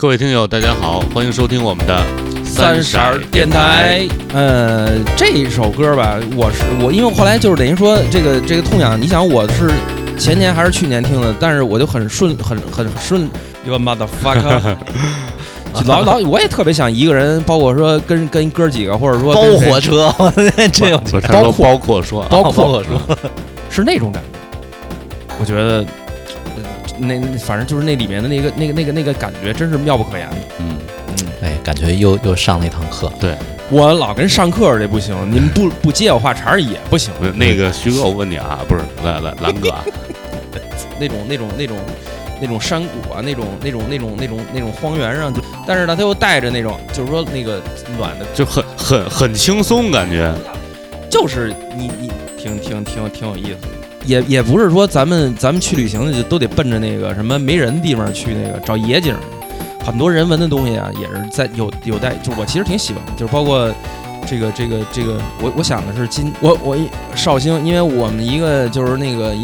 各位听友，大家好，欢迎收听我们的三色电台。这一首歌吧，我，因为后来就是等于说这个痛痒，你想我是前年还是去年听的，但是我就很顺，You motherfucker 老，我也特别想一个人，包括说跟哥几个，或者说包火车，这有包括说是那种感觉，我觉得。反正就是那里面的那个感觉真是妙不可言。 哎，感觉又上了一堂课。 对，我老跟上课这不行，你们不接我话茬也不行。 那个徐哥，我问你啊，不是蓝哥啊， 那种山谷啊，那种荒原上，但是呢，他又带着那种，就是说那个暖的， 就很轻松感觉， 就是你挺有意思。也不是说咱们去旅行就都得奔着那个什么没人的地方去，那个找野景，很多人文的东西啊，也是在有待。就我其实挺喜欢，就是包括这个，我想的是我绍兴，因为我们一个就是那个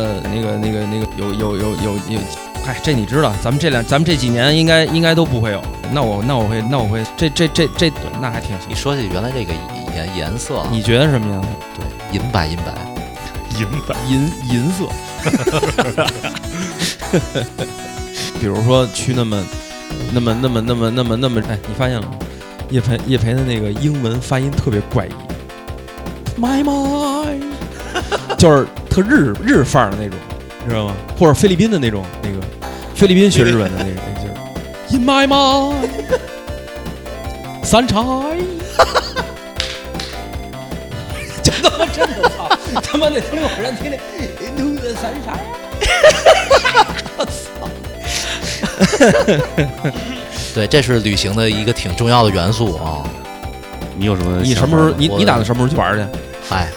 有，嗨，这你知道，咱们这几年应该都不会有。那我会这那还挺行。 你说起原来这个颜色， 你觉得什么样的？ 对，银白。 银色，比如说去那么，哎，你发现了吗？叶培的那个英文发音特别怪异 ，my， 就是特日范儿的那种，你知道吗？或者菲律宾的那种，菲律宾学日文的那个劲儿 ，in my mind， sunshine。真的操！他妈的听我人听那怒的三杀呀！我操！ 对，这是旅行的一个挺重要的元素啊。 你有什么？ 你什么时候？你打算什么时候去玩去？ 哎，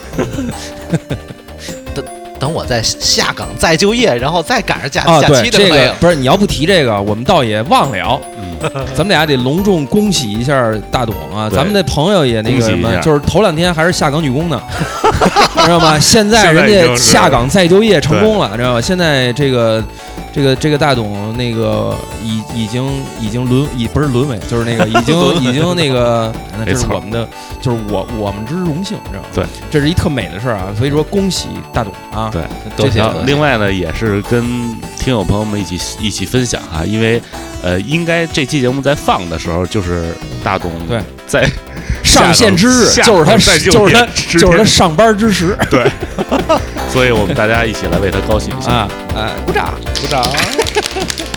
等我在下岗再就业，然后再赶上假期的这个不是你要不提这个，我们倒也忘了。咱们俩得隆重恭喜一下大董啊！咱们的朋友也那个什么，就是头2天还是下岗女工呢，知道吗？现在人家下岗再就业成功了，知道吗？现在这个大董那个已经不是沦为，就是那个已经那个，那这是我们的，就是我们之荣幸，知道吗？ 对， 这是一特美的事儿啊！所以说恭喜大董啊！ 对，多谢。另外呢，也是跟听友朋友们一起分享啊，因为应该这期节目在放的时候，就是大董对在上线之日，就是他上班之时， 对，所以我们大家一起来为他高兴一下啊！哎，鼓掌。